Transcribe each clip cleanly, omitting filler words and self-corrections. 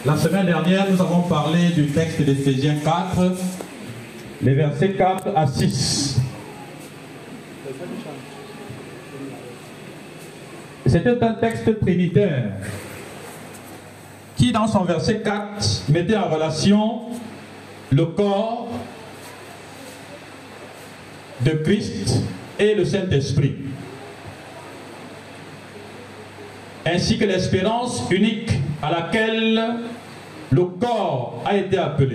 La semaine dernière, nous avons parlé du texte d'Éphésiens 4, les versets 4 à 6. C'était un texte trinitaire qui, dans son verset 4, mettait en relation le corps de Christ et le Saint-Esprit, ainsi que l'espérance unique à laquelle le corps a été appelé.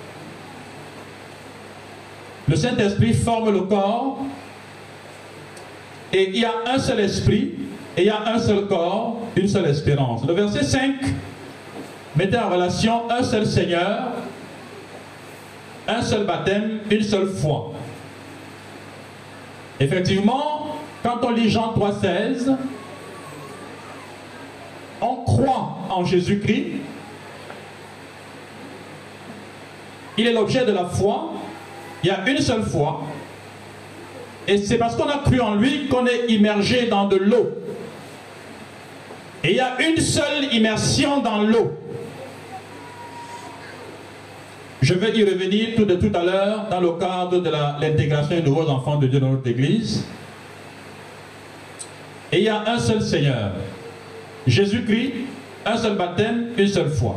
Le Saint-Esprit forme le corps et il y a un seul esprit et il y a un seul corps, une seule espérance. Le verset 5 mettait en relation un seul Seigneur, un seul baptême, une seule foi. Effectivement, quand on lit Jean 3,16, on croit en Jésus-Christ, il est l'objet de la foi, il y a une seule foi, et c'est parce qu'on a cru en lui qu'on est immergé dans de l'eau. Et il y a une seule immersion dans l'eau. Je vais y revenir tout à l'heure dans le cadre de l'intégration des nouveaux enfants de Dieu dans notre Église. Et il y a un seul Seigneur, Jésus-Christ, un seul baptême, une seule foi.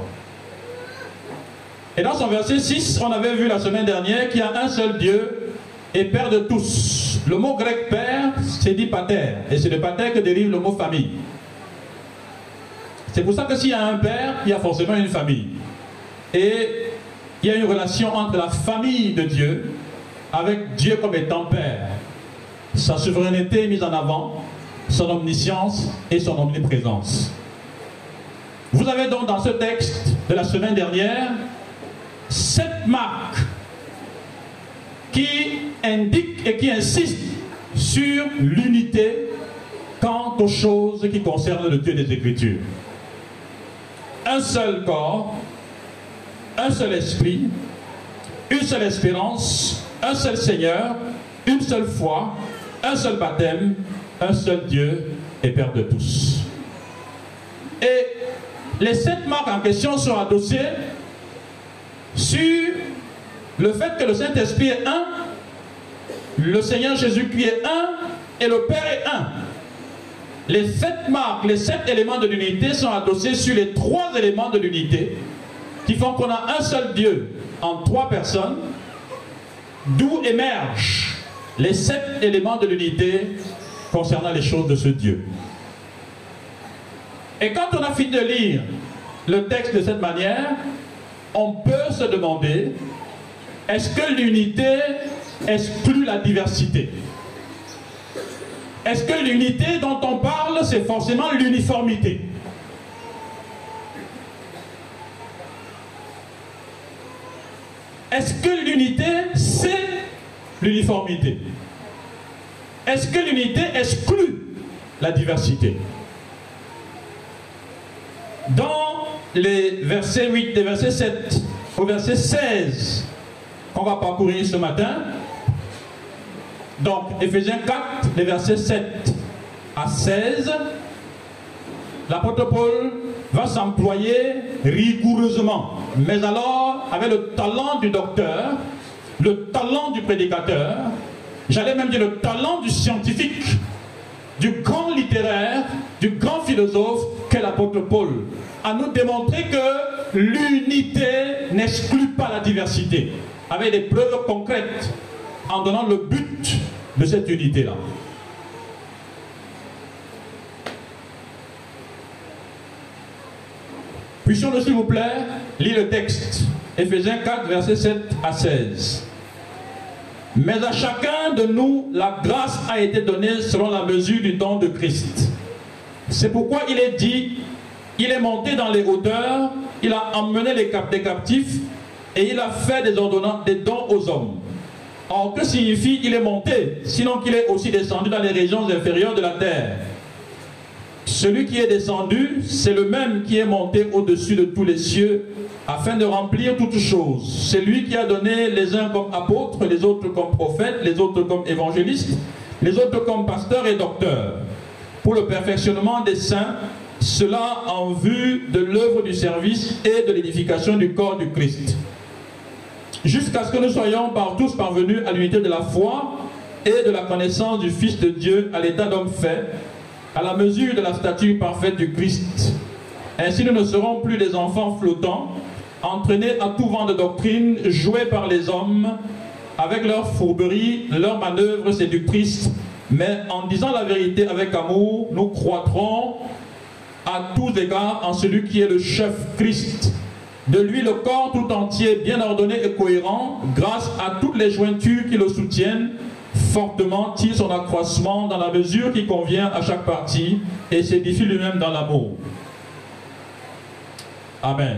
Et dans son verset 6, on avait vu la semaine dernière qu'il y a un seul Dieu et Père de tous. Le mot grec Père, c'est dit pater, et c'est de pater que dérive le mot famille. C'est pour ça que s'il y a un père, il y a forcément une famille. Et il y a une relation entre la famille de Dieu avec Dieu comme étant Père. Sa souveraineté est mise en avant, son omniscience et son omniprésence. Vous avez donc dans ce texte de la semaine dernière 7 marques qui indiquent et qui insistent sur l'unité quant aux choses qui concernent le Dieu des Écritures. Un seul corps, un seul esprit, une seule espérance, un seul Seigneur, une seule foi, un seul baptême, un seul Dieu et Père de tous. Et les 7 marques en question sont adossées sur le fait que le Saint-Esprit est un, le Seigneur Jésus-Christ est un et le Père est un. Les 7 marques, les 7 éléments de l'unité sont adossés sur les 3 éléments de l'unité qui font qu'on a un seul Dieu en 3 personnes, d'où émergent les 7 éléments de l'unité concernant les choses de ce Dieu. Et quand on a fini de lire le texte de cette manière, on peut se demander, est-ce que l'unité exclut la diversité? Est-ce que l'unité dont on parle, c'est forcément l'uniformité? Est-ce que l'unité, c'est l'uniformité? Est-ce que l'unité exclut la diversité? Dans les versets 8 et verset 7 au verset 16 qu'on va parcourir ce matin, donc Éphésiens 4, les versets 7 à 16, l'apôtre Paul va s'employer rigoureusement, mais alors avec le talent du docteur, le talent du prédicateur, j'allais même dire le talent du scientifique, du grand littéraire, du grand philosophe qu'est l'apôtre Paul, à nous démontrer que l'unité n'exclut pas la diversité, avec des preuves concrètes, en donnant le but de cette unité-là. Puissions-nous, s'il vous plaît, lire le texte. Éphésiens 4, versets 7 à 16. Mais à chacun de nous, la grâce a été donnée selon la mesure du don de Christ. C'est pourquoi il est dit, il est monté dans les hauteurs, il a emmené des captifs et il a fait des dons aux hommes. Or, que signifie il est monté, sinon qu'il est aussi descendu dans les régions inférieures de la terre? Celui qui est descendu, c'est le même qui est monté au-dessus de tous les cieux, afin de remplir toutes choses. C'est lui qui a donné les uns comme apôtres, les autres comme prophètes, les autres comme évangélistes, les autres comme pasteurs et docteurs, pour le perfectionnement des saints, cela en vue de l'œuvre du service et de l'édification du corps du Christ, jusqu'à ce que nous soyons par tous parvenus à l'unité de la foi et de la connaissance du Fils de Dieu, à l'état d'homme fait, à la mesure de la stature parfaite du Christ. Ainsi nous ne serons plus des enfants flottants, entraînés à tout vent de doctrine, joués par les hommes, avec leurs fourberies, leurs manœuvres séductrices, mais en disant la vérité avec amour, nous croîtrons à tous égards en celui qui est le chef, Christ. De lui le corps tout entier, bien ordonné et cohérent, grâce à toutes les jointures qui le soutiennent, fortement tire son accroissement dans la mesure qui convient à chaque partie et s'édifie lui-même dans l'amour. Amen.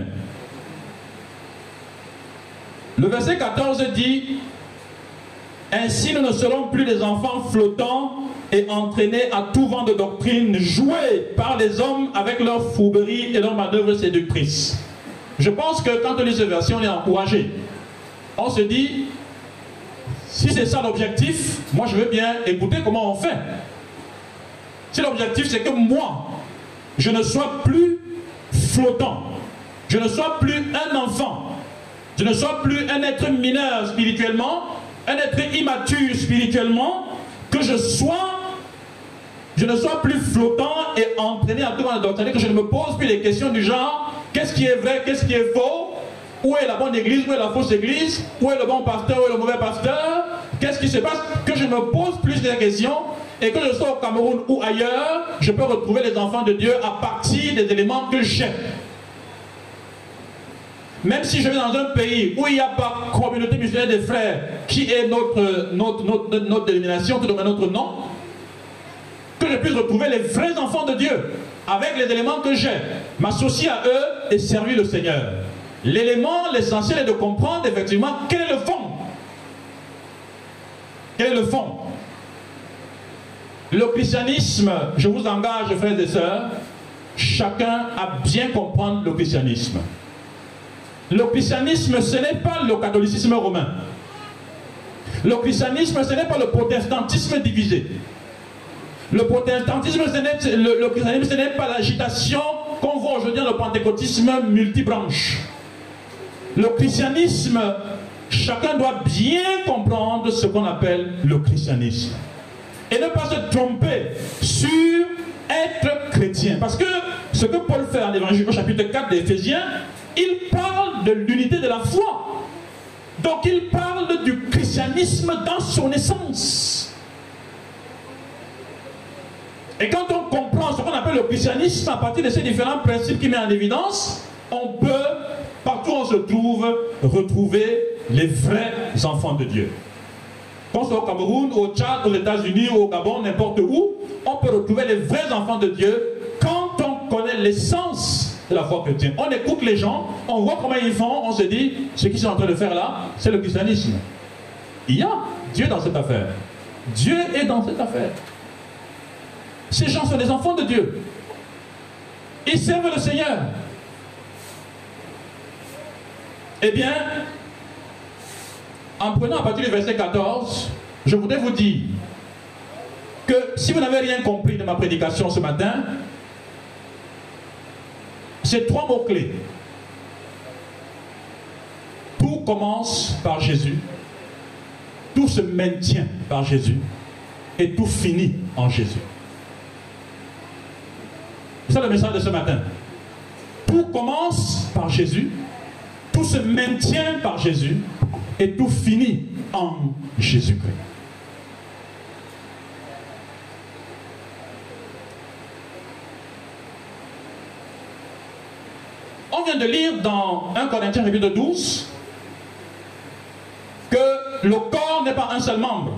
Le verset 14 dit: ainsi nous ne serons plus des enfants flottants et entraînés à tout vent de doctrine, joués par les hommes avec leurs fourberies et leurs manœuvres séductrices. Je pense que quand on lit ce verset, on est encouragé. On se dit, si c'est ça l'objectif, moi je veux bien écouter comment on fait. Si l'objectif c'est que moi, je ne sois plus flottant, je ne sois plus un enfant, je ne sois plus un être mineur spirituellement, un être immature spirituellement, que je ne sois plus flottant et entraîné à tout dans la doctrine, que je ne me pose plus les questions du genre, qu'est-ce qui est vrai, qu'est-ce qui est faux, où est la bonne église, où est la fausse église, où est le bon pasteur, où est le mauvais pasteur, qu'est-ce qui se passe, que je ne me pose plus ces questions, et que je sois au Cameroun ou ailleurs, je peux retrouver les enfants de Dieu à partir des éléments que j'ai. Même si je vais dans un pays où il n'y a pas communauté missionnaire des frères, qui est notre dénomination, qui donne notre nom, que je puisse retrouver les vrais enfants de Dieu, avec les éléments que j'ai, m'associer à eux et servir le Seigneur. L'élément, l'essentiel est de comprendre effectivement quel est le fond. Quel est le fond? Le christianisme, je vous engage, frères et sœurs, chacun à bien comprendre le christianisme. Le christianisme, ce n'est pas le catholicisme romain. Le christianisme, ce n'est pas le protestantisme divisé. Le protestantisme, le christianisme, ce n'est pas l'agitation qu'on voit aujourd'hui dans le pentecôtisme multibranche. Le christianisme, chacun doit bien comprendre ce qu'on appelle le christianisme. Et ne pas se tromper sur être chrétien. Parce que ce que Paul fait en l'évangile au chapitre 4 d'Éphésiens, il parle de l'unité de la foi. Donc il parle du christianisme dans son essence. Et quand on comprend ce qu'on appelle le christianisme à partir de ces différents principes qu'il met en évidence, on peut, partout où on se trouve, retrouver les vrais enfants de Dieu. Qu'on soit au Cameroun, au Tchad, aux États-Unis, au Gabon, n'importe où, on peut retrouver les vrais enfants de Dieu quand on connaît l'essence de la foi chrétienne. On écoute les gens, on voit comment ils font, on se dit, ce qu'ils sont en train de faire là, c'est le christianisme. Il y a Dieu dans cette affaire. Dieu est dans cette affaire. Ces gens sont des enfants de Dieu. Ils servent le Seigneur. Eh bien, en prenant à partir du verset 14, je voudrais vous dire que si vous n'avez rien compris de ma prédication ce matin, c'est trois mots-clés. Tout commence par Jésus, tout se maintient par Jésus et tout finit en Jésus. C'est ça le message de ce matin. Tout commence par Jésus, tout se maintient par Jésus et tout finit en Jésus-Christ. On vient de lire dans 1 Corinthiens chapitre 12 que le corps n'est pas un seul membre.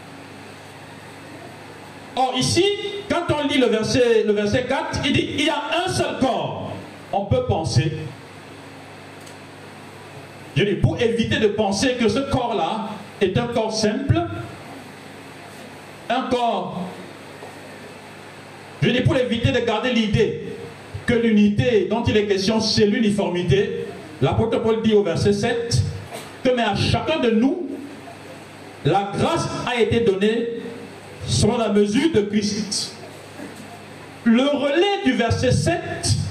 Or ici, quand on lit le verset 4, il dit il y a un seul corps. On peut penser, je dis, pour éviter de penser que ce corps-là est un corps simple, un corps, je dis pour éviter de garder l'idée que l'unité dont il est question, c'est l'uniformité, l'apôtre Paul dit au verset 7 que mais à chacun de nous, la grâce a été donnée selon la mesure de Christ. le relais du verset 7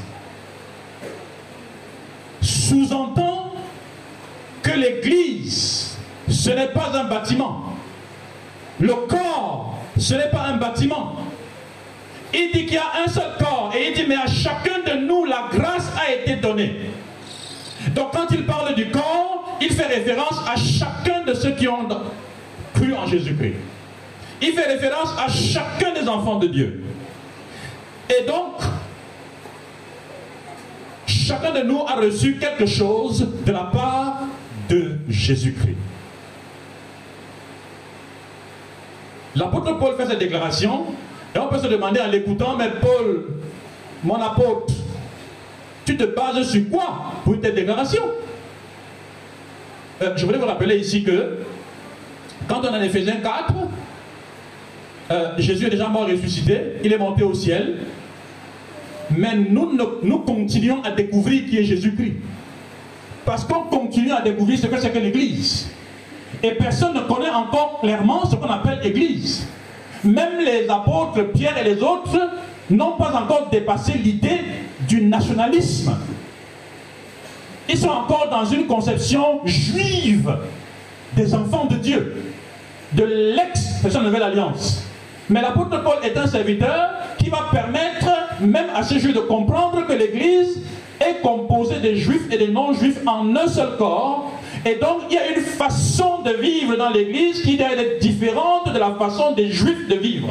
sous-entend que l'Église, ce n'est pas un bâtiment. Le corps, ce n'est pas un bâtiment. Il dit qu'il y a un seul corps. Et il dit, mais à chacun de nous, la grâce a été donnée. Donc quand il parle du corps, il fait référence à chacun de ceux qui ont cru en Jésus-Christ. Il fait référence à chacun des enfants de Dieu. Et donc, chacun de nous a reçu quelque chose de la part de Jésus-Christ. L'apôtre Paul fait cette déclaration, et on peut se demander en l'écoutant, mais Paul, mon apôtre, tu te bases sur quoi pour cette déclaration? Je voulais vous rappeler ici que, quand on est en Éphésiens 4, Jésus est déjà mort ressuscité, il est monté au ciel, mais nous continuons à découvrir qui est Jésus-Christ. Parce qu'on continue à découvrir ce que c'est que l'Église. Et personne ne connaît encore clairement ce qu'on appelle Église. Même les apôtres, Pierre et les autres, n'ont pas encore dépassé l'idée du nationalisme. Ils sont encore dans une conception juive des enfants de Dieu, de l'ex-version de Nouvelle Alliance. Mais l'apôtre Paul est un serviteur qui va permettre même à ces juifs de comprendre que l'Église est composée des juifs et des non-juifs en un seul corps. Et donc il y a une façon de vivre dans l'Église qui doit être différente de la façon des juifs de vivre.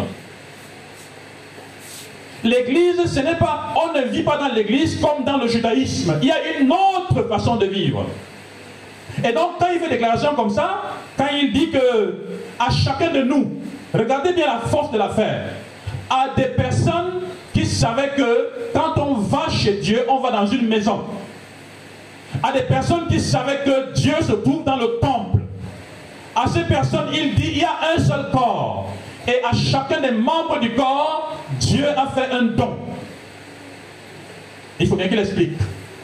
L'Église, ce n'est pas, on ne vit pas dans l'Église comme dans le judaïsme. Il y a une autre façon de vivre. Et donc quand il fait une déclaration comme ça, quand il dit que à chacun de nous, regardez bien la force de l'affaire, à des personnes qui savaient que quand on va chez Dieu, on va dans une maison. À des personnes qui savaient que Dieu se trouve dans le temple. À ces personnes, il dit, il y a un seul corps. Et à chacun des membres du corps, Dieu a fait un don. Il faut bien qu'il explique.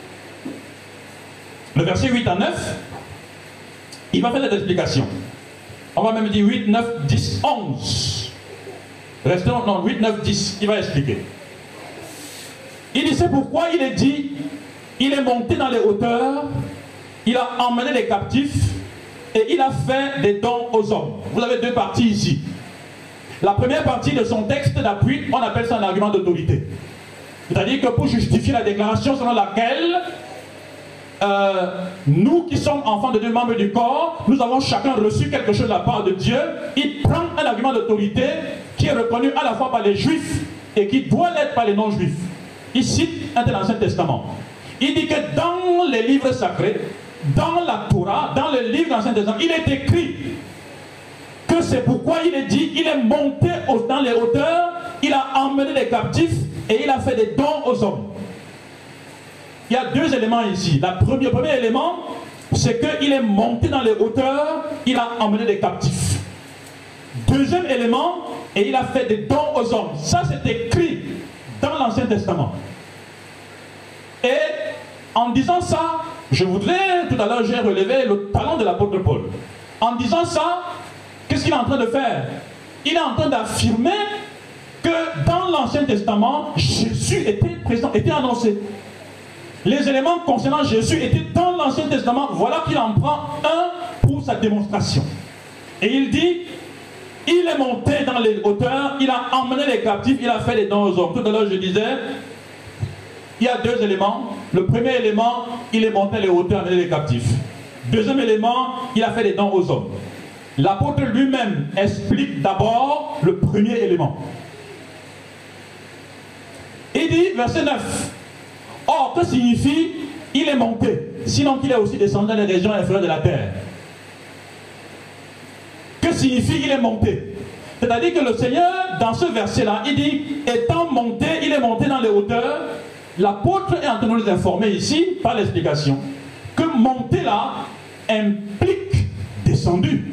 Le verset 8 à 9, il va faire cette explication. On va même dire 8, 9, 10, 11. Restons, non, 8, 9, 10, il va expliquer. Il dit, c'est pourquoi il est dit, il est monté dans les hauteurs, il a emmené les captifs, et il a fait des dons aux hommes. Vous avez deux parties ici. La première partie de son texte d'appui, on appelle ça un argument d'autorité. C'est-à-dire que pour justifier la déclaration selon laquelle nous qui sommes enfants de Dieu, membres du corps, nous avons chacun reçu quelque chose de la part de Dieu, il prend un argument d'autorité qui est reconnu à la fois par les juifs et qui doit l'être par les non-juifs. Il cite un de l'Ancien Testament. Il dit que dans les livres sacrés, dans la Torah, dans le livre de l'Ancien Testament, il est écrit que c'est pourquoi il est dit, il est monté dans les hauteurs, il a emmené les captifs et il a fait des dons aux hommes. Il y a deux éléments ici. Le premier élément, c'est qu'il est monté dans les hauteurs, il a emmené des captifs. Deuxième élément, et il a fait des dons aux hommes. Ça, c'est écrit dans l'Ancien Testament. Et en disant ça, je voudrais, tout à l'heure j'ai relevé le talent de l'apôtre Paul. En disant ça, qu'est-ce qu'il est en train de faire? Il est en train d'affirmer que dans l'Ancien Testament, Jésus était présent, était annoncé. Les éléments concernant Jésus étaient dans l'Ancien Testament. Voilà qu'il en prend un pour sa démonstration. Et il dit, il est monté dans les hauteurs, il a emmené les captifs, il a fait des dons aux hommes. Tout à l'heure je disais, il y a deux éléments. Le premier élément, il est monté dans les hauteurs, emmené les captifs. Deuxième élément, il a fait des dons aux hommes. L'apôtre lui-même explique d'abord le premier élément. Il dit, verset 9, or, que signifie il est monté, sinon qu'il est aussi descendu dans les régions inférieures de la terre? Que signifie il est monté? C'est-à-dire que le Seigneur, dans ce verset-là, il dit, étant monté, il est monté dans les hauteurs. L'apôtre est en train de nous informer ici, par l'explication, que monter là implique descendu.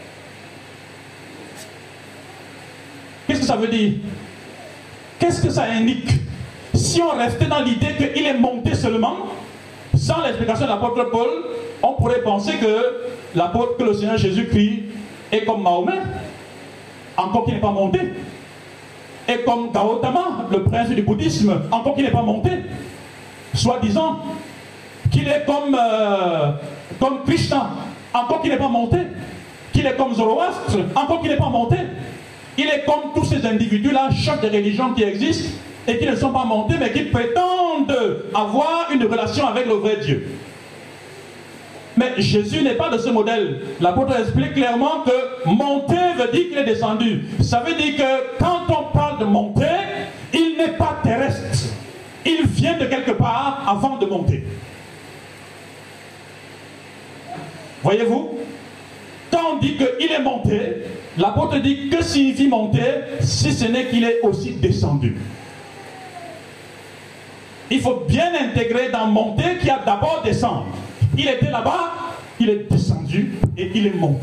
Qu'est-ce que ça veut dire? Qu'est-ce que ça indique? Si on restait dans l'idée qu'il est monté seulement, sans l'explication de l'apôtre Paul, on pourrait penser que le Seigneur Jésus-Christ est comme Mahomet, encore qu'il n'est pas monté. est comme Gautama, le prince du bouddhisme, encore qu'il n'est pas monté, soi-disant, qu'il est comme Krishna, encore qu'il n'est pas monté, qu'il est comme Zoroastre, encore qu'il n'est pas monté. Il est comme tous ces individus-là, chefs des religions qui existent et qui ne sont pas montés, mais qui prétendent avoir une relation avec le vrai Dieu. Mais Jésus n'est pas de ce modèle. L'apôtre explique clairement que monter veut dire qu'il est descendu. Ça veut dire que quand on parle de monter, il n'est pas terrestre. Il vient de quelque part avant de monter. Voyez-vous? Quand on dit qu'il est monté, l'apôtre dit que signifie monter si ce n'est qu'il est aussi descendu. Il faut bien intégrer dans monter qu'il y a d'abord descendre. Il était là-bas, il est descendu et il est monté.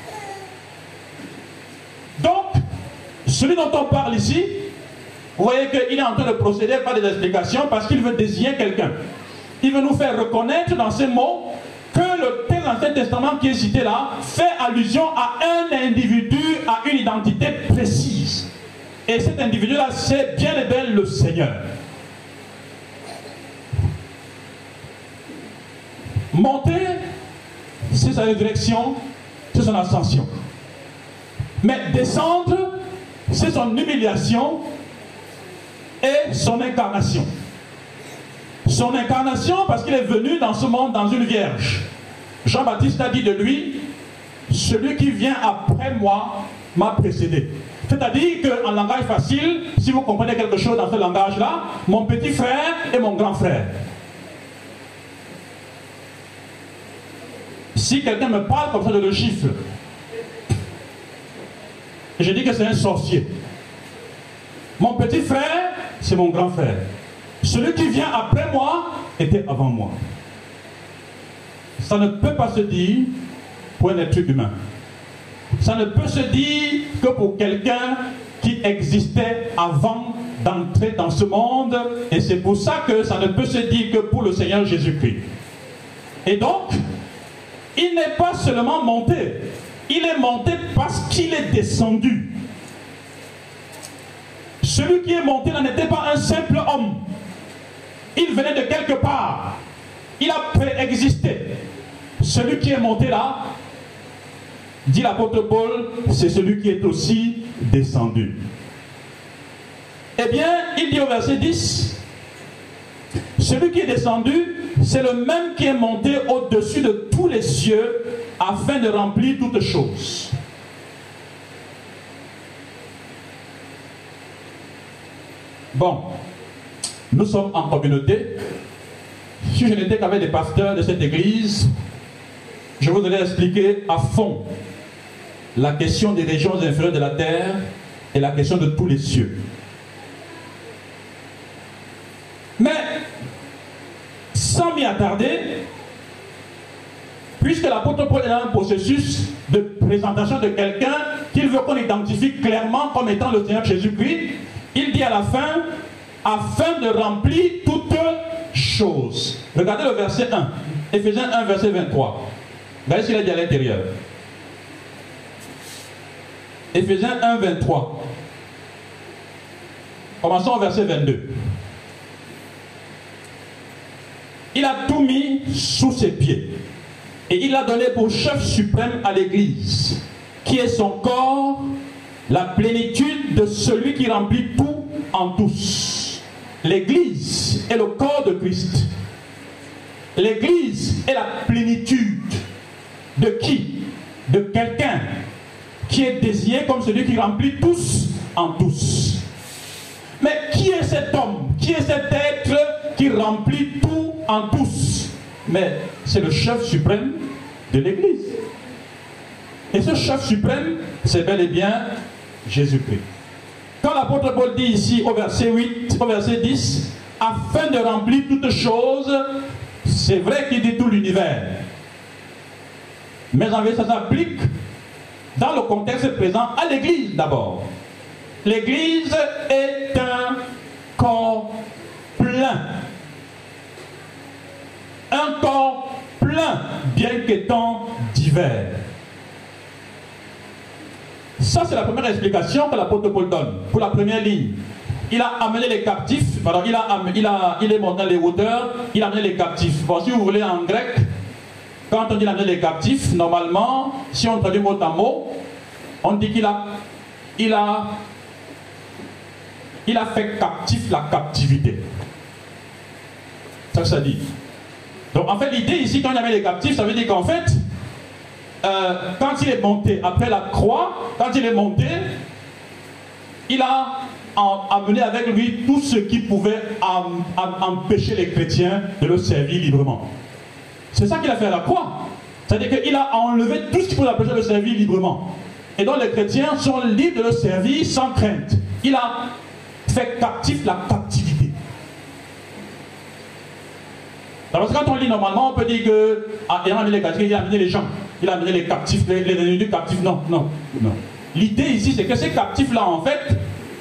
Donc, celui dont on parle ici, vous voyez qu'il est en train de procéder par des explications parce qu'il veut désigner quelqu'un. Il veut nous faire reconnaître dans ces mots que le texte de l'Ancien Testament qui est cité là fait allusion à un individu, à une identité précise. Et cet individu-là, c'est bien et bien le Seigneur. Monter, c'est sa résurrection, c'est son ascension. Mais descendre, c'est son humiliation et son incarnation. Son incarnation parce qu'il est venu dans ce monde dans une vierge. Jean-Baptiste a dit de lui, celui qui vient après moi m'a précédé. C'est-à-dire qu'en langage facile, si vous comprenez quelque chose dans ce langage-là, mon petit frère et mon grand frère. Si quelqu'un me parle comme ça, de le gifle. Je dis que c'est un sorcier. Mon petit frère, c'est mon grand frère. Celui qui vient après moi était avant moi. Ça ne peut pas se dire pour un être humain. Ça ne peut se dire que pour quelqu'un qui existait avant d'entrer dans ce monde. Et c'est pour ça que ça ne peut se dire que pour le Seigneur Jésus-Christ. Et donc, il n'est pas seulement monté. Il est monté parce qu'il est descendu. Celui qui est monté n'en était pas un simple homme. Il venait de quelque part. Il a préexisté. Celui qui est monté là, dit l'apôtre Paul, c'est celui qui est aussi descendu. Eh bien, il dit au verset 10, celui qui est descendu, c'est le même qui est monté au-dessus de tous les cieux afin de remplir toutes choses. Bon, nous sommes en communauté. Si je n'étais qu'avec des pasteurs de cette église, je voudrais expliquer à fond la question des régions inférieures de la terre et la question de tous les cieux. Mais, sans m'y attarder, puisque l'apôtre Paul est dans un processus de présentation de quelqu'un qu'il veut qu'on identifie clairement comme étant le Seigneur Jésus-Christ, il dit à la fin, afin de remplir toutes choses. Regardez le verset 1, Éphésiens 1, verset 23. Regardez ce qu'il a dit à l'intérieur. Éphésiens 1, 23. Commençons au verset 22. Il a tout mis sous ses pieds. Et il l'a donné pour chef suprême à l'Église, qui est son corps, la plénitude de celui qui remplit tout en tous. L'Église est le corps de Christ. L'Église est la plénitude de qui? De quelqu'un qui est désigné comme celui qui remplit tous en tous. Mais qui est cet homme? Qui est cet être qui remplit tout en tous? Mais c'est le chef suprême de l'Église. Et ce chef suprême, c'est bel et bien Jésus-Christ. Quand l'apôtre Paul dit ici au verset 8, au verset 10, afin de remplir toutes choses, c'est vrai qu'il dit tout l'univers. Mais en fait, ça s'applique dans le contexte présent à l'Église d'abord. L'Église est un corps plein. Un corps plein, bien qu'étant divers. Ça, c'est la première explication que l'apôtre Paul donne, pour la première ligne. Il a amené les captifs, pardon, il est monté dans les hauteurs, il a amené les captifs. Bon, si vous voulez en grec, quand on dit amener les captifs, normalement, si on traduit mot à mot, on dit qu'il a fait captif la captivité. C'est ça que ça dit. Donc en fait, l'idée ici, quand il a mis les captifs, ça veut dire qu'en fait, quand il est monté après la croix, quand il est monté, il a amené avec lui tout ce qui pouvait empêcher les chrétiens de le servir librement. C'est ça qu'il a fait à la croix. C'est-à-dire qu'il a enlevé tout ce qui pouvait empêcher de le servir librement. Et donc les chrétiens sont libres de le servir sans crainte. Il a fait captif la captivité. Parce que quand on lit normalement, on peut dire que il a amené les captifs, il a amené les gens, il a amené les captifs, les individus captifs. Non, non, non. L'idée ici, c'est que ces captifs-là, en fait,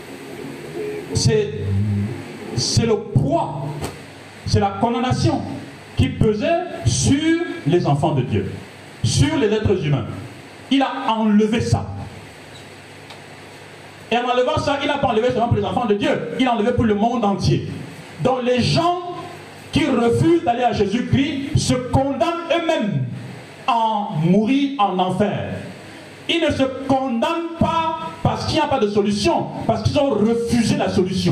c'est le poids, c'est la condamnation qui pesait sur les enfants de Dieu, sur les êtres humains. Il a enlevé ça. Et en enlevant ça, il n'a pas enlevé seulement pour les enfants de Dieu, il a enlevé pour le monde entier. Donc les gens qui refusent d'aller à Jésus-Christ se condamnent eux-mêmes à mourir en enfer. Ils ne se condamnent pas parce qu'il n'y a pas de solution, parce qu'ils ont refusé la solution.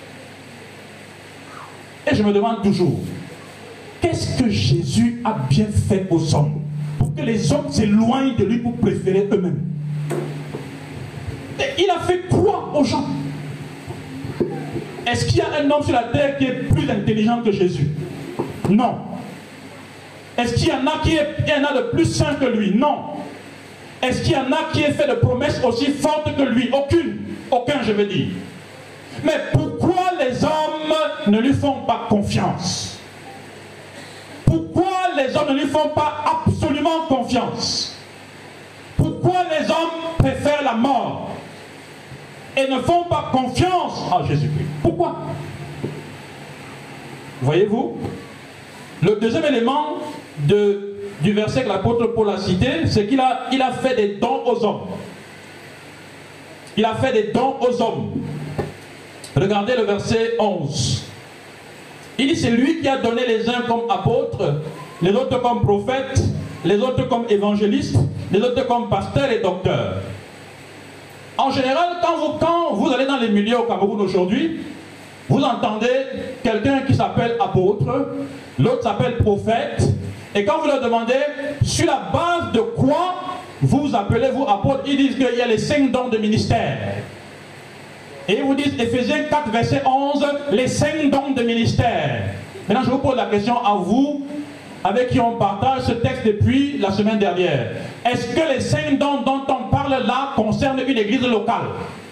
Et je me demande toujours, qu'est-ce que Jésus a bien fait aux hommes pour que les hommes s'éloignent de lui pour préférer eux-mêmes? Il a fait quoi aux gens? Est-ce qu'il y a un homme sur la terre qui est plus intelligent que Jésus? Non. Est-ce qu'il y en a qui en a de plus saint que lui? Non. Est-ce qu'il y en a qui ait fait de promesses aussi fortes que lui? Aucune. Aucun, je veux dire. Mais pourquoi les hommes ne lui font pas confiance? Pourquoi les hommes ne lui font pas absolument confiance? Pourquoi les hommes préfèrent la mort et ne font pas confiance à Jésus-Christ? Pourquoi? Voyez-vous? Le deuxième élément du verset que l'apôtre Paul a cité, c'est qu'il a fait des dons aux hommes. Il a fait des dons aux hommes. Regardez le verset 11. Il dit, c'est lui qui a donné les uns comme apôtres, les autres comme prophètes, les autres comme évangélistes, les autres comme pasteurs et docteurs. En général, quand vous allez dans les milieux au Cameroun aujourd'hui, vous entendez quelqu'un qui s'appelle apôtre, l'autre s'appelle prophète, et quand vous leur demandez sur la base de quoi vous appelez-vous apôtre, ils disent qu'il y a les 5 dons de ministère. Et ils vous disent, Éphésiens 4, verset 11, les 5 dons de ministère. Maintenant, je vous pose la question à vous, avec qui on partage ce texte depuis la semaine dernière. Est-ce que les 5 dons dont on parle là concernent une église locale?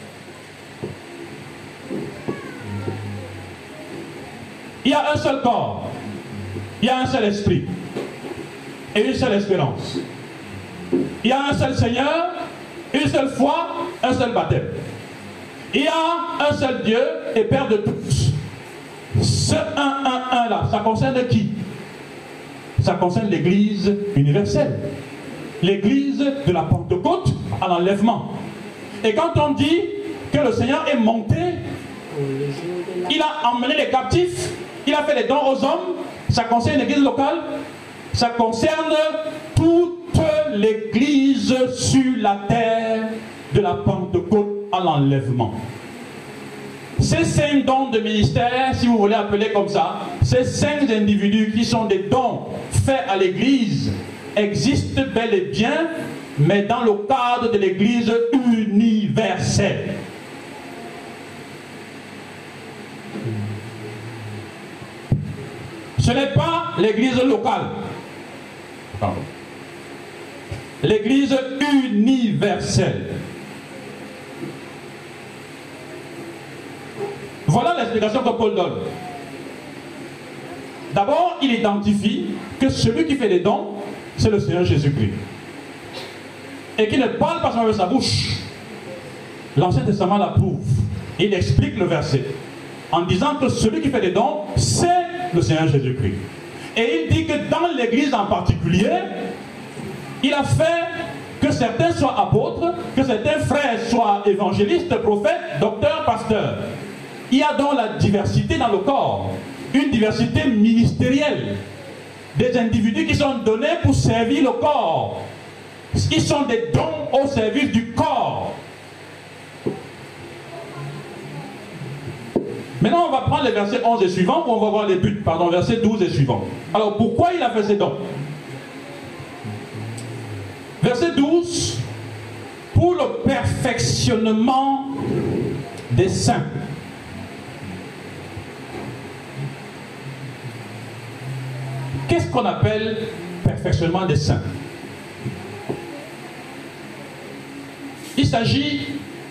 Il y a un seul corps, il y a un seul esprit et une seule espérance. Il y a un seul Seigneur, une seule foi, un seul baptême. Il y a un seul Dieu et Père de tous. Ce 1 là, ça concerne qui? Ça concerne l'église universelle. L'église de la Pentecôte à l'enlèvement. Et quand on dit que le Seigneur est monté, il a emmené les captifs, il a fait les dons aux hommes, ça concerne l'église locale, ça concerne toute l'église sur la terre de la Pentecôte à l'enlèvement. Ces 5 dons de ministère, si vous voulez appeler comme ça, ces 5 individus qui sont des dons faits à l'église existent bel et bien, mais dans le cadre de l'église universelle. Ce n'est pas l'église locale. Pardon. L'église universelle. Voilà l'explication que Paul donne. D'abord, il identifie que celui qui fait les dons, c'est le Seigneur Jésus-Christ. Et qu'il ne parle pas seulement avec sa bouche. L'Ancien Testament l'approuve. Il explique le verset en disant que celui qui fait les dons, c'est le Seigneur Jésus-Christ. Et il dit que dans l'église en particulier, il a fait Que certains soient apôtres, que certains frères soient évangélistes, prophètes, docteurs, pasteurs. Il y a donc la diversité dans le corps, une diversité ministérielle. Des individus qui sont donnés pour servir le corps. Ils sont des dons au service du corps. Maintenant, on va prendre les versets 11 et suivants, ou on va voir les buts, pardon, versets 12 et suivants. Alors, pourquoi il a fait ces dons? Verset 12, pour le perfectionnement des saints. Qu'est-ce qu'on appelle perfectionnement des saints? Il s'agit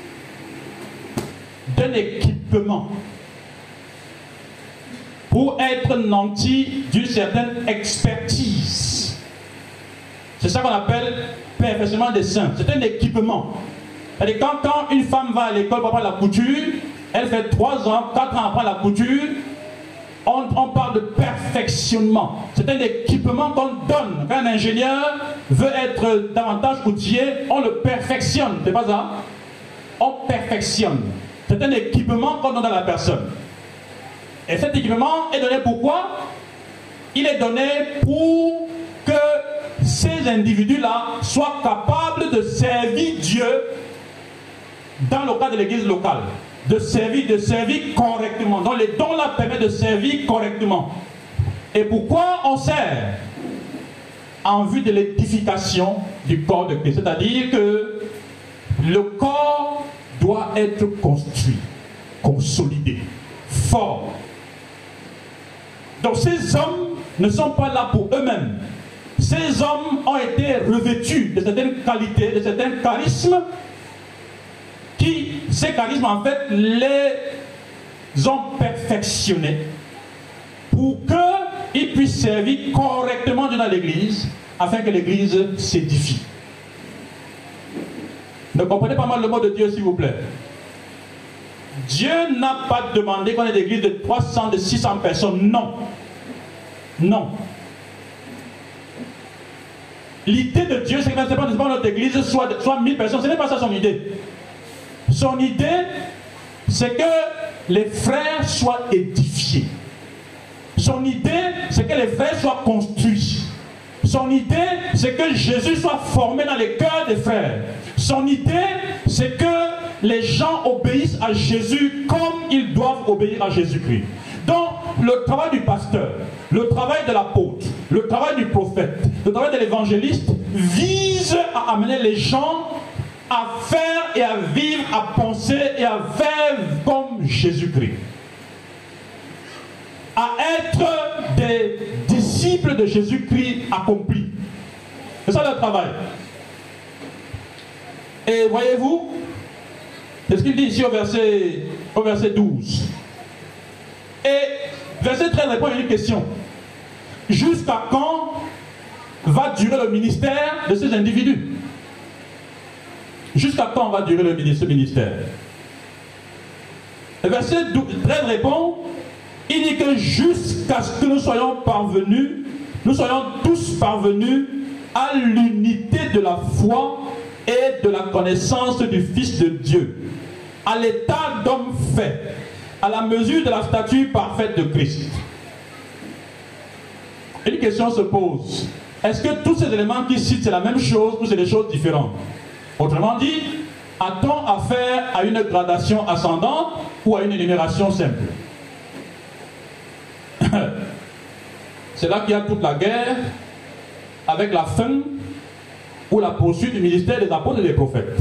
d'un équipement pour être nanti d'une certaine expertise. C'est ça qu'on appelle perfectionnement des saints. C'est un équipement. C'est-à-dire quand une femme va à l'école pour apprendre la couture, elle fait 3 ans, 4 ans après la couture, on parle de perfectionnement. C'est un équipement qu'on donne. Quand un ingénieur veut être davantage couturier, on le perfectionne. C'est pas ça? On perfectionne. C'est un équipement qu'on donne à la personne. Et cet équipement est donné pourquoi? Il est donné pour que ces individus-là soient capables de servir Dieu dans le cadre de l'église locale. De servir correctement. Donc les dons là permettent de servir correctement. Et pourquoi on sert? En vue de l'édification du corps de Christ. C'est-à-dire que le corps doit être construit, consolidé, fort. Donc ces hommes ne sont pas là pour eux-mêmes. Ces hommes ont été revêtus de certaines qualités, de certains charismes, ces charismes en fait les ont perfectionnés pour qu'ils puissent servir correctement Dieu dans l'église, afin que l'église s'édifie. Ne comprenez pas mal le mot de Dieu, s'il vous plaît. Dieu n'a pas demandé qu'on ait des églises de 300, de 600 personnes. Non. Non. L'idée de Dieu, c'est que ce n'est pas notre église soit 1000 personnes. Ce n'est pas ça son idée. Son idée, c'est que les frères soient édifiés. Son idée, c'est que les frères soient construits. Son idée, c'est que Jésus soit formé dans les cœurs des frères. Son idée, c'est que les gens obéissent à Jésus comme ils doivent obéir à Jésus-Christ. Donc, le travail du pasteur, le travail de l'apôtre, le travail du prophète, le travail de l'évangéliste vise à amener les gens à faire et à vivre, à penser et à faire comme Jésus-Christ. À être des disciples de Jésus-Christ accomplis. C'est ça le travail. Et voyez-vous, c'est ce qu'il dit ici au verset 12. Et verset 13 répond à une question. Jusqu'à quand va durer le ministère de ces individus? Jusqu'à quand va durer ce ministère? Le verset 13 répond, il dit que jusqu'à ce que nous soyons tous parvenus à l'unité de la foi et de la connaissance du Fils de Dieu, à l'état d'homme fait, à la mesure de la stature parfaite de Christ. Une question se pose. Est-ce que tous ces éléments qui citent, c'est la même chose ou c'est des choses différentes? Autrement dit, a-t-on affaire à une gradation ascendante ou à une énumération simple? C'est là qu'il y a toute la guerre avec la fin ou la poursuite du ministère des apôtres et des prophètes.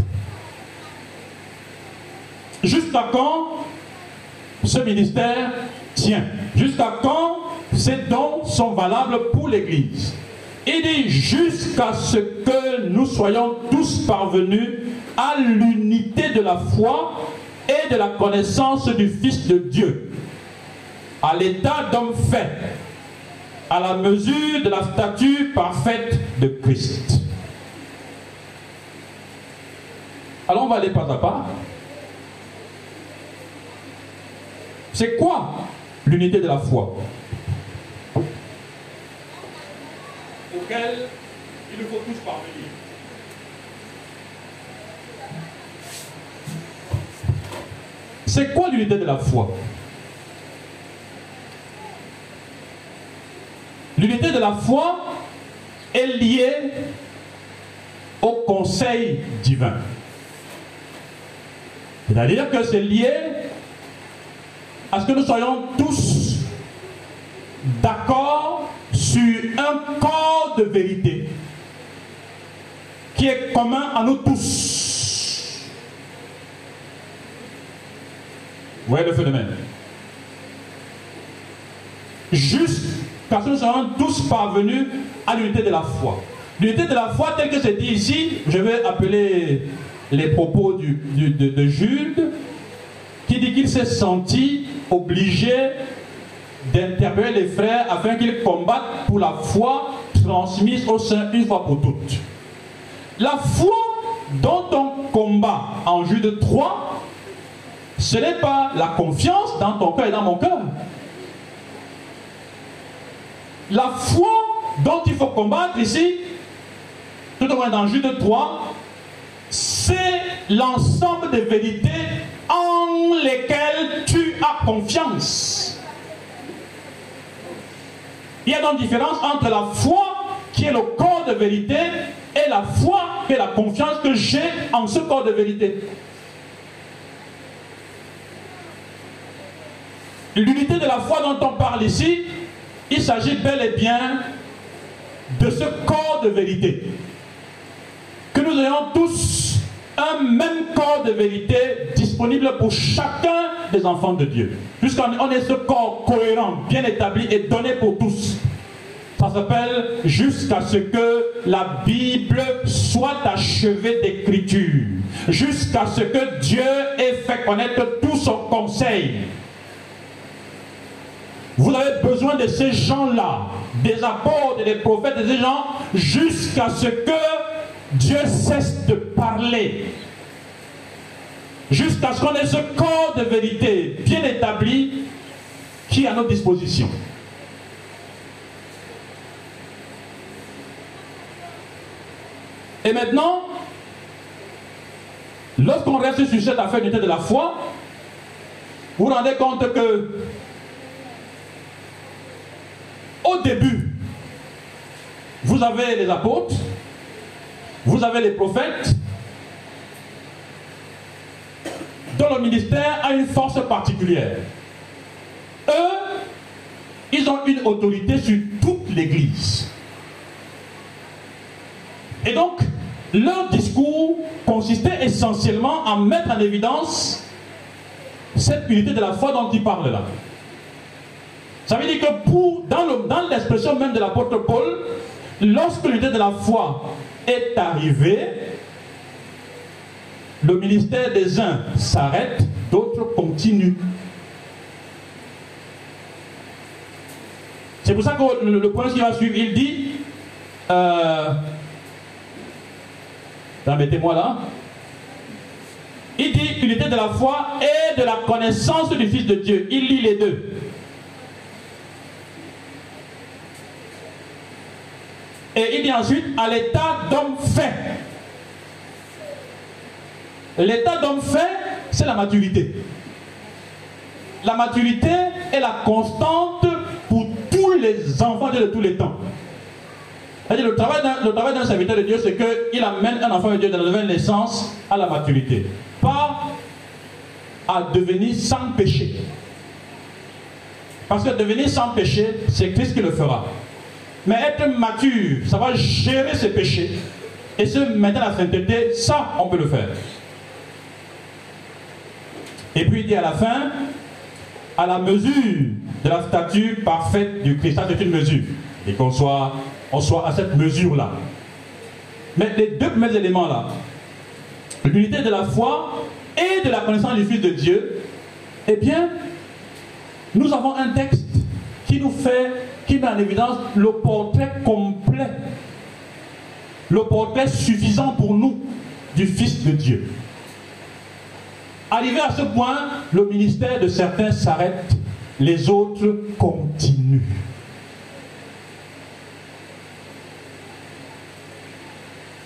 Jusqu'à quand ce ministère tient? Jusqu'à quand ces dons sont valables pour l'Église? Il dit jusqu'à ce que nous soyons tous parvenus à l'unité de la foi et de la connaissance du Fils de Dieu, à l'état d'homme fait, à la mesure de la stature parfaite de Christ. Alors on va aller pas à pas. C'est quoi l'unité de la foi auquel il nous faut tous parvenir? C'est quoi l'unité de la foi? L'unité de la foi est liée au conseil divin. C'est-à-dire que c'est lié à ce que nous soyons tous d'accord sur un corps de vérité qui est commun à nous tous. Vous voyez le phénomène? Jusqu'à ce que nous soyons tous parvenus à l'unité de la foi. L'unité de la foi, telle que c'est dit ici, je vais appeler les propos de Jude, qui dit qu'il s'est senti obligé d'interpeller les frères afin qu'ils combattent pour la foi transmise au sein une fois pour toutes. La foi dont on combat en Jude 3, ce n'est pas la confiance dans ton cœur et dans mon cœur. La foi dont il faut combattre ici, tout au moins dans Jude 3, c'est l'ensemble des vérités en lesquelles tu as confiance. Il y a donc différence entre la foi qui est le corps de vérité et la foi qui est la confiance que j'ai en ce corps de vérité. L'unité de la foi dont on parle ici, il s'agit bel et bien de ce corps de vérité. Que nous ayons tous un même corps de vérité disponible pour chacun des enfants de Dieu. Puisqu'on est ce corps cohérent, bien établi et donné pour tous. Ça s'appelle jusqu'à ce que la Bible soit achevée d'écriture. Jusqu'à ce que Dieu ait fait connaître tout son conseil. Vous avez besoin de ces gens-là, des apôtres, des prophètes, de ces gens, jusqu'à ce que Dieu cesse de parler. Jusqu'à ce qu'on ait ce corps de vérité bien établi qui est à notre disposition. Et maintenant, lorsqu'on reste sur cette affaire d'unité de la foi, vous vous rendez compte que au début, vous avez les apôtres, vous avez les prophètes, dont le ministère a une force particulière. Eux, ils ont une autorité sur toute l'Église. Et donc, leur discours consistait essentiellement à mettre en évidence cette unité de la foi dont il parle là. Ça veut dire que dans l'expression même de l'apôtre Paul, lorsque l'unité de la foi est arrivée, le ministère des uns s'arrête, d'autres continuent. C'est pour ça que le point qui va suivre, il dit, permettez-moi là, il dit l'unité de la foi et de la connaissance du Fils de Dieu. Il lit les deux. Et il dit ensuite, à l'état d'homme fait. L'état d'homme fait, c'est la maturité. La maturité est la constante pour tous les enfants de tous les temps. C'est-à-dire, le travail d'un serviteur de Dieu, c'est qu'il amène un enfant de Dieu de la nouvelle naissance à la maturité. Pas à devenir sans péché. Parce que devenir sans péché, c'est Christ qui le fera. Mais être mature, ça va gérer ses péchés. Et se mettre à la sainteté, ça, on peut le faire. Et puis il dit à la fin, à la mesure de la stature parfaite du Christ. Ça, c'est une mesure. Et qu'on soit à cette mesure-là. Mais les deux premiers éléments-là, l'unité de la foi et de la connaissance du Fils de Dieu, eh bien, nous avons un texte qui met en évidence le portrait complet, le portrait suffisant pour nous du Fils de Dieu. Arrivé à ce point, le ministère de certains s'arrête, les autres continuent.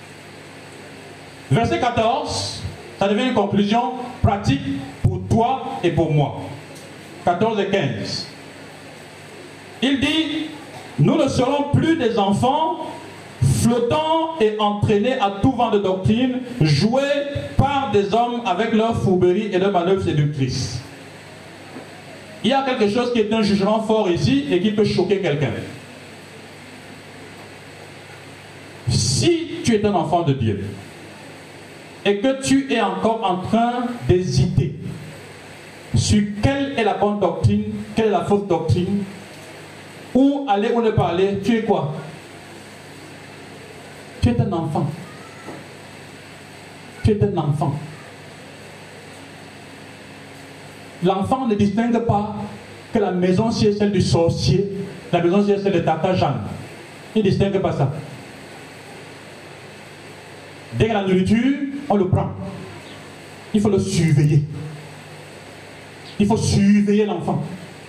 Verset 14, ça devient une conclusion pratique pour toi et pour moi. 14 et 15. Il dit, nous ne serons plus des enfants flottants et entraînés à tout vent de doctrine, joués par des hommes avec leurs fourberies et leurs manœuvres séductrices. Il y a quelque chose qui est un jugement fort ici et qui peut choquer quelqu'un. Si tu es un enfant de Dieu et que tu es encore en train d'hésiter sur quelle est la bonne doctrine, quelle est la fausse doctrine, où aller ou ne pas aller, tu es quoi? Tu es un enfant. Tu es un enfant. L'enfant ne distingue pas que la maison c'est celle du sorcier, la maison c'est celle de Tata Jeanne. Il ne distingue pas ça. Dès que la nourriture, on le prend. Il faut le surveiller. Il faut surveiller l'enfant.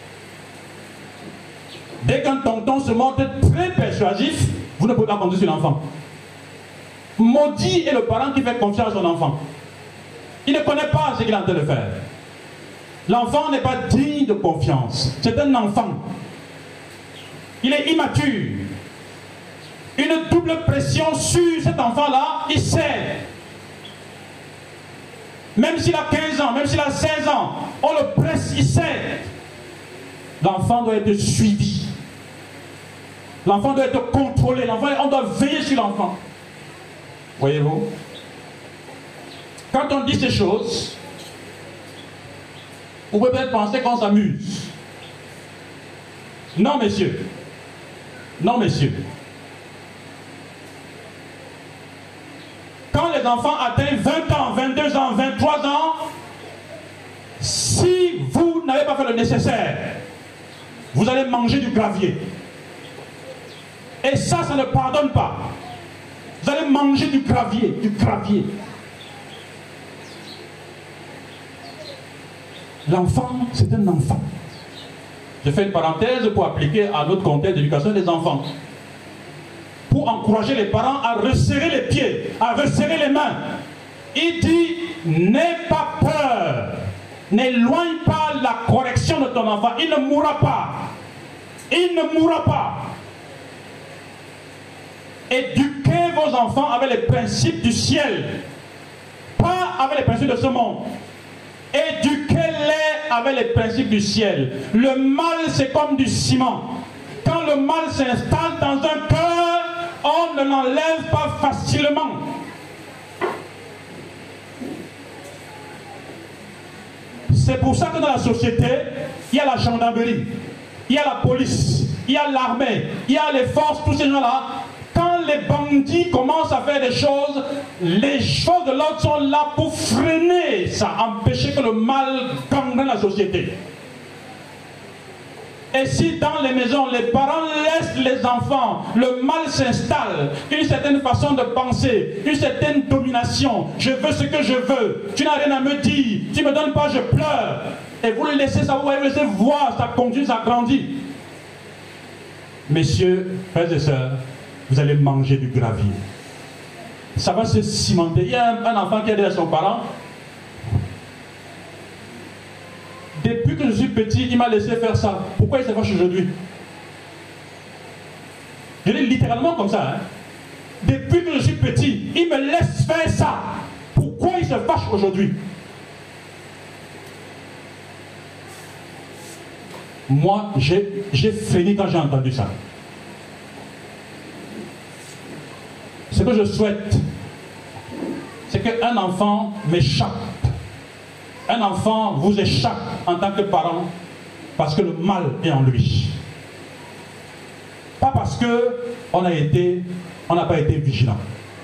Dès qu'un tonton se montre très persuasif, vous ne pouvez pas compter sur l'enfant. Maudit est le parent qui fait confiance à son enfant. Il ne connaît pas ce qu'il est en train de faire. L'enfant n'est pas digne de confiance. C'est un enfant. Il est immature. Une double pression sur cet enfant-là, il sait. Même s'il a 15 ans, même s'il a 16 ans, on le presse, il sait. L'enfant doit être suivi. L'enfant doit être contrôlé. On doit veiller sur l'enfant. Voyez-vous? Quand on dit ces choses, vous pouvez peut-être penser qu'on s'amuse. Non, messieurs. Non, messieurs. Quand les enfants atteignent 20 ans, 22 ans, 23 ans, si vous n'avez pas fait le nécessaire, vous allez manger du gravier. Et ça ne pardonne pas. Vous allez manger du gravier, du gravier. L'enfant, c'est un enfant. Je fais une parenthèse pour appliquer à notre contexte d'éducation des enfants. Pour encourager les parents à resserrer les pieds, à resserrer les mains. Il dit, n'aie pas peur. N'éloigne pas la correction de ton enfant. Il ne mourra pas. Il ne mourra pas. Éduquez vos enfants avec les principes du ciel. Pas avec les principes de ce monde. Éduquez-les avec les principes du ciel. Le mal, c'est comme du ciment. Quand le mal s'installe dans un cœur, on ne l'enlève pas facilement. C'est pour ça que dans la société, il y a la gendarmerie, il y a la police, il y a l'armée, il y a les forces, tous ces gens-là. Quand les bandits commencent à faire des choses, les choses de l'ordre sont là pour freiner ça, empêcher que le mal gangrène la société. Et si dans les maisons, les parents laissent les enfants, le mal s'installe, une certaine façon de penser, une certaine domination, je veux ce que je veux, tu n'as rien à me dire, tu ne me donnes pas, je pleure. Et vous le laissez savoir, vous le laissez voir, ça continue, ça grandit. Messieurs, frères et sœurs, vous allez manger du gravier. Ça va se cimenter. Il y a un enfant qui a dit à son parent, depuis que je suis petit, il m'a laissé faire ça. Pourquoi il se fâche aujourd'hui? Je dis littéralement comme ça. Hein? Depuis que je suis petit, il me laisse faire ça. Pourquoi il se fâche aujourd'hui? Moi, j'ai frémi quand j'ai entendu ça. Ce que je souhaite, c'est qu'un enfant m'échappe. Un enfant vous échappe en tant que parent parce que le mal est en lui. Pas parce qu'on n'a pas été vigilant.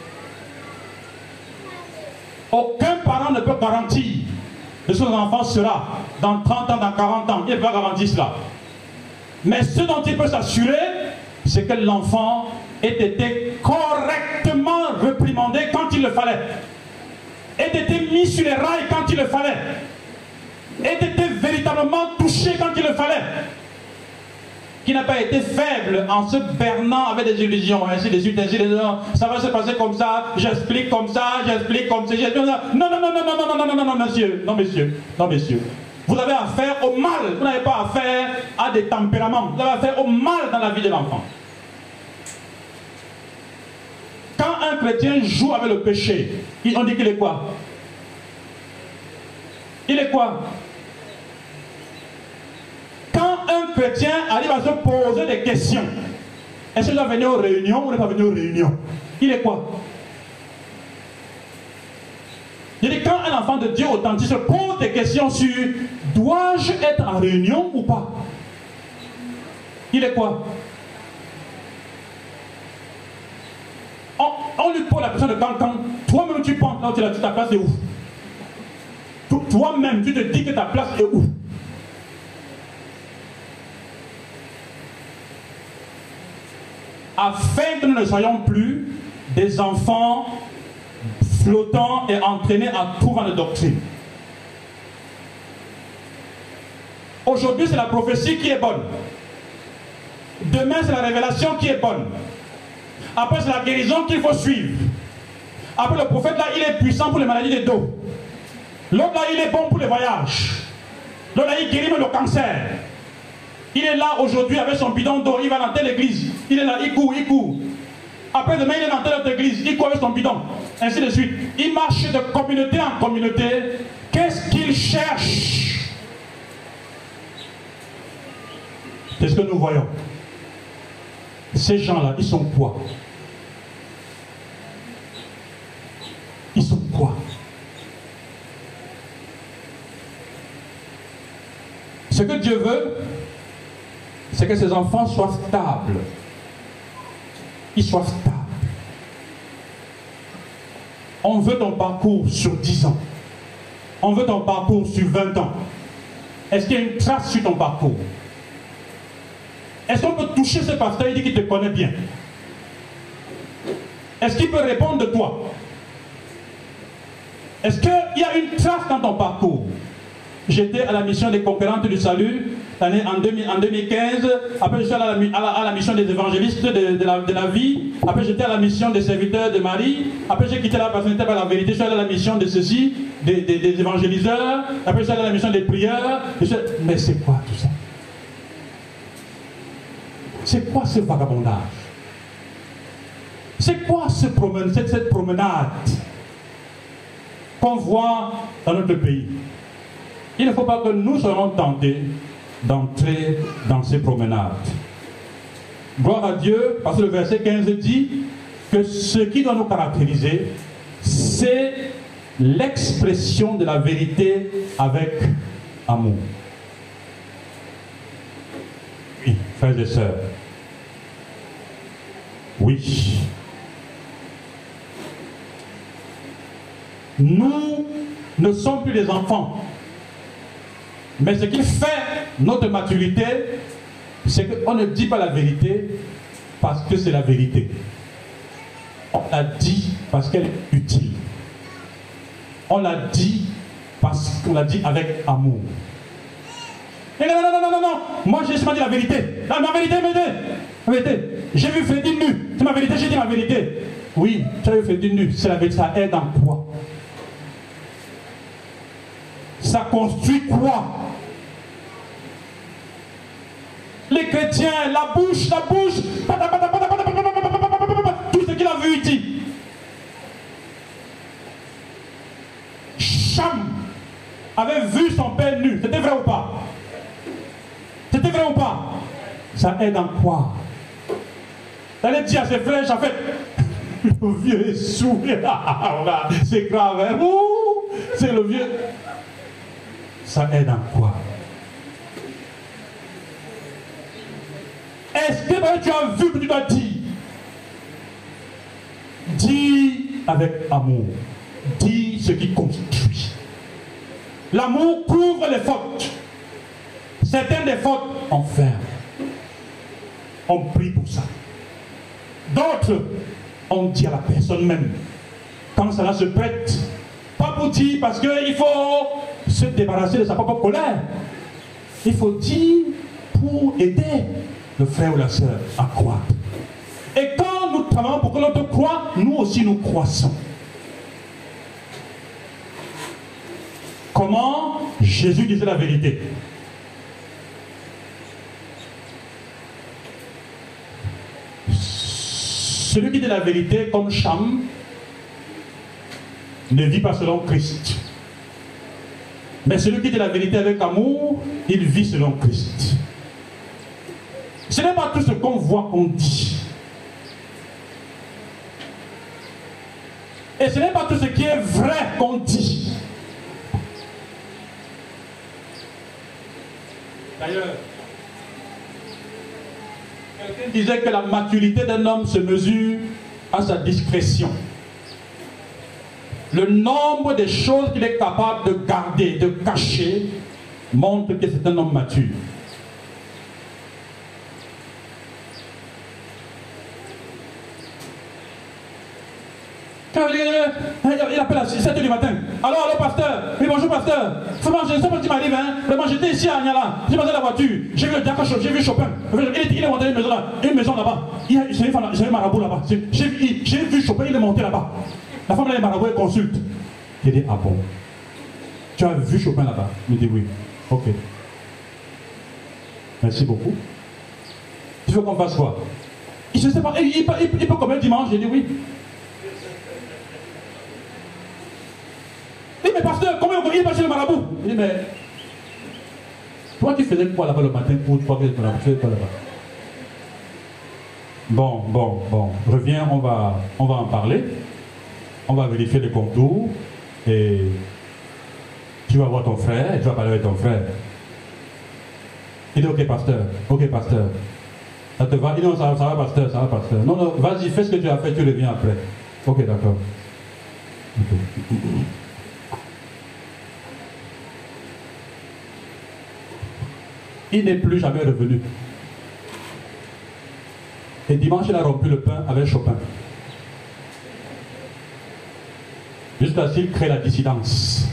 Aucun parent ne peut garantir que son enfant sera dans 30 ans, dans 40 ans. Il ne peut pas garantir cela. Mais ce dont il peut s'assurer, c'est que l'enfant ait été correctement réprimandé quand il le fallait. Ait été mis sur les rails quand il le fallait. Ait été véritablement touché quand il le fallait. Qui n'a pas été faible en se bernant avec des illusions, ainsi de suite, ainsi de suite. Ça va se passer comme ça, j'explique comme ça, j'explique comme ça, j'explique comme ça. Non, non, non, non, non, non, non, non, non, non, monsieur, non, monsieur, non, monsieur. Vous avez affaire au mal. Vous n'avez pas affaire à des tempéraments. Vous avez affaire au mal dans la vie de l'enfant. Quand un chrétien joue avec le péché, on dit qu'il est quoi? Il est quoi? Quand un chrétien arrive à se poser des questions, est-ce qu'il doit venir aux réunions ou ne pas venir aux réunions? Il est quoi? Je dis, quand un enfant de Dieu authentique se pose des questions sur dois-je être en réunion ou pas? Il est quoi? On lui pose la question de quand toi-même tu penses là où tu es, ta place est où? Toi-même tu te dis que ta place est où? Afin que nous ne soyons plus des enfants flottants et entraînés à tout vent de doctrine. Aujourd'hui c'est la prophétie qui est bonne. Demain c'est la révélation qui est bonne. Après c'est la guérison qu'il faut suivre. Après le prophète là il est puissant pour les maladies de dos. L'autre là il est bon pour les voyages. L'autre là il guérit même le cancer. Il est là aujourd'hui avec son bidon d'eau, il va dans telle église. Il est là, il court, il court. Après demain il est dans telle autre église, il court avec son bidon. Ainsi de suite. Il marche de communauté en communauté. Qu'est-ce qu'il cherche? C'est ce que nous voyons. Ces gens-là, ils sont quoi? Ils sont quoi? Ce que Dieu veut, c'est que ses enfants soient stables. Ils soient stables. On veut ton parcours sur 10 ans. On veut ton parcours sur 20 ans. Est-ce qu'il y a une trace sur ton parcours? Est-ce qu'on peut toucher ce pasteur et dire qu'il te connaît bien? Est-ce qu'il peut répondre de toi? Est-ce qu'il y a une trace dans ton parcours? J'étais à la mission des conquérantes du salut en 2015. Après, je suis à la mission des évangélistes de la vie. Après, j'étais à la mission des serviteurs de Marie. Après, j'ai quitté la personnalité par la vérité. Je suis allé à la mission de ceci, des évangéliseurs. Après, je suis allé à la mission des prieurs. Mais c'est quoi tout ça? C'est quoi ce vagabondage? C'est quoi cette promenade qu'on voit dans notre pays? Il ne faut pas que nous soyons tentés d'entrer dans ces promenades. Gloire à Dieu, parce que le verset 15 dit que ce qui doit nous caractériser, c'est l'expression de la vérité avec amour. Oui, frères et sœurs. Oui. Nous ne sommes plus des enfants. Mais ce qui fait notre maturité, c'est qu'on ne dit pas la vérité parce que c'est la vérité. On l'a dit parce qu'elle est utile. On l'a dit parce qu'on l'a dit avec amour. Et non. Moi j'ai seulement dit la vérité. La vérité, la vérité. J'ai vu Freddy nu. C'est ma vérité, j'ai dit ma vérité. Oui, tu as vu Freddy nu. C'est la vérité. Ça aide en quoi? Ça construit quoi? Les chrétiens, la bouche, tout ce qu'il a vu, il dit. Cham avait vu son père nu. C'était vrai ou pas? C'était vrai ou pas? Ça aide en quoi? T'allais dire à ses frères, en fait, le vieux est sous. C'est grave, hein? C'est le vieux. Ça aide en quoi? Est-ce que tu as vu que tu dois dire? Dis avec amour. Dis ce qui construit. L'amour couvre les fautes. Certaines des fautes enferment. On prie pour ça. D'autres, on dit à la personne même. Quand cela se prête, pas pour dire parce qu'il faut se débarrasser de sa propre colère. Il faut dire pour aider le frère ou la sœur à croire. Et quand nous travaillons pour que l'autre croit, nous aussi nous croissons. Comment? Jésus Jésus disait la vérité. Celui qui dit la vérité comme Cham ne vit pas selon Christ. Mais celui qui dit la vérité avec amour, il vit selon Christ. Ce n'est pas tout ce qu'on voit qu'on dit. Et ce n'est pas tout ce qui est vrai qu'on dit. D'ailleurs, quelqu'un disait que la maturité d'un homme se mesure à sa discrétion. Le nombre de choses qu'il est capable de garder, de cacher, montre que c'est un homme mature. Il appelle à 7h du matin. Alors, pasteur. Oui, bonjour, pasteur. Vraiment, je ne sais pas ce qui m'arrive. Hein. Vraiment, j'étais ici à Agnala. J'ai passé la voiture. J'ai vu le diacre, j'ai vu Chopin. Il est monté dans une maison là. Une maison là-bas. J'ai un marabout là-bas. J'ai vu Chopin, il est monté là-bas. La femme là, le marabout, elle consulte. Il dit, ah bon. Tu as vu Chopin là-bas? Il me dit, oui. Ok. Merci beaucoup. Tu veux qu'on fasse quoi? Il ne sait pas. Il peut combien dimanche? J'ai dit oui. Il dit, mais pasteur, comment il va chez le marabout? Il dit, mais toi tu faisais quoi là-bas le matin pour toi que le marabout? Tu faisais quoi là-bas? Bon. Reviens, on va en parler. On va vérifier les contours. Et tu vas voir ton frère et tu vas parler avec ton frère. Il dit, ok pasteur. Ça te va? Il dit, non, ça va pasteur. Non, vas-y, fais ce que tu as fait, tu reviens après. Ok, d'accord. Okay. Il n'est plus jamais revenu. Et dimanche, il a rompu le pain avec Chopin. Jusqu'à ce qu'il crée la dissidence.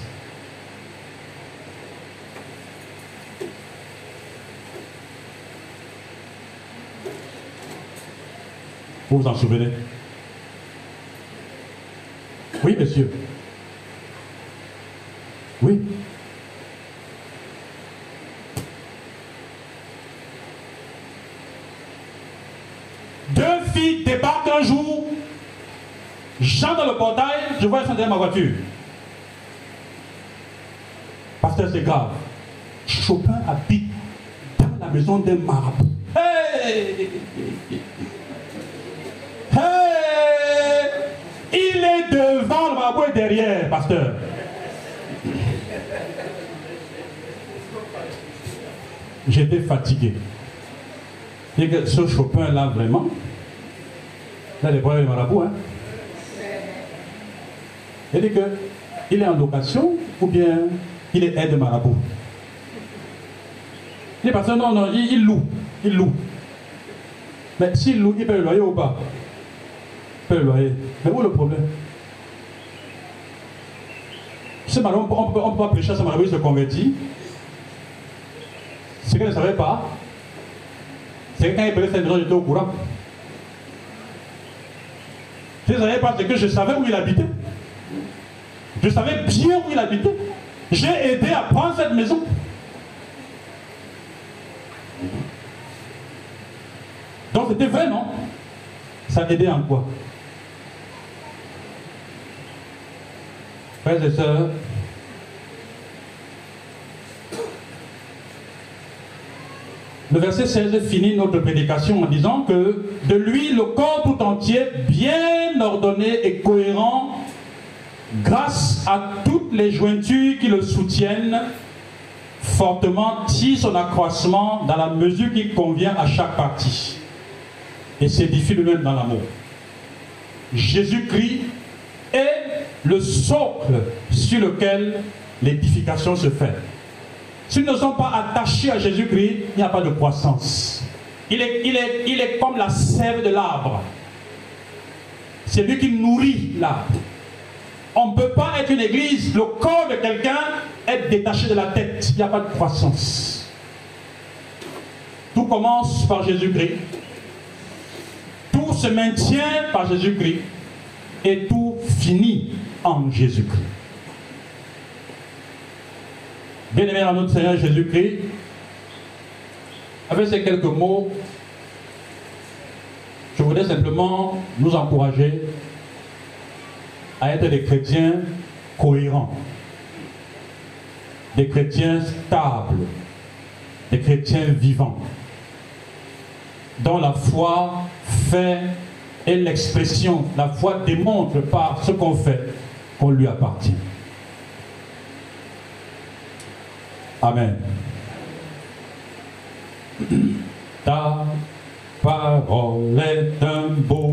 Vous vous en souvenez? Oui, monsieur. Oui. Deux filles débarquent un jour. J'entre dans le portail, je vois elles sont derrière ma voiture. Pasteur, c'est grave. Chopin habite dans la maison d'un marabout. Hey! Il est devant le marabout et derrière, pasteur. J'étais fatigué. Et que ce Chopin-là, vraiment, là, les problèmes du marabout, hein. Il dit qu'il est en location ou bien il est aide marabout. Il dit parce que non, il loue. Mais s'il loue, il paye le loyer ou pas? Il paye le loyer. Mais où est le problème? Ce marabout, on ne peut pas prêcher à ce marabout, il se convertit. Ce qu'elle ne savait pas, c'est que quand il payait cette maison, j'étais au courant. Je ne savais pas, c'est que je savais où il habitait. Je savais bien où il habitait. J'ai aidé à prendre cette maison. Donc c'était vrai, non? Ça aidait en quoi? Frères et sœurs, le verset 16 finit notre prédication en disant que de lui, le corps tout entier, bien ordonné et cohérent, grâce à toutes les jointures qui le soutiennent, fortement tire son accroissement dans la mesure qui convient à chaque partie et s'édifie lui-même dans l'amour. Jésus-Christ est le socle sur lequel l'édification se fait. Si nous ne sommes pas attachés à Jésus-Christ, il n'y a pas de croissance. Il est comme la sève de l'arbre. C'est lui qui nourrit l'arbre. On ne peut pas être une église, le corps de quelqu'un, être détaché de la tête. Il n'y a pas de croissance. Tout commence par Jésus-Christ. Tout se maintient par Jésus-Christ. Et tout finit en Jésus-Christ. Bien-aimés dans notre Seigneur Jésus-Christ, avec ces quelques mots, je voudrais simplement nous encourager à être des chrétiens cohérents, des chrétiens stables, des chrétiens vivants, dont la foi fait et l'expression, la foi démontre par ce qu'on fait qu'on lui appartient. Amen. Ta parole est un beau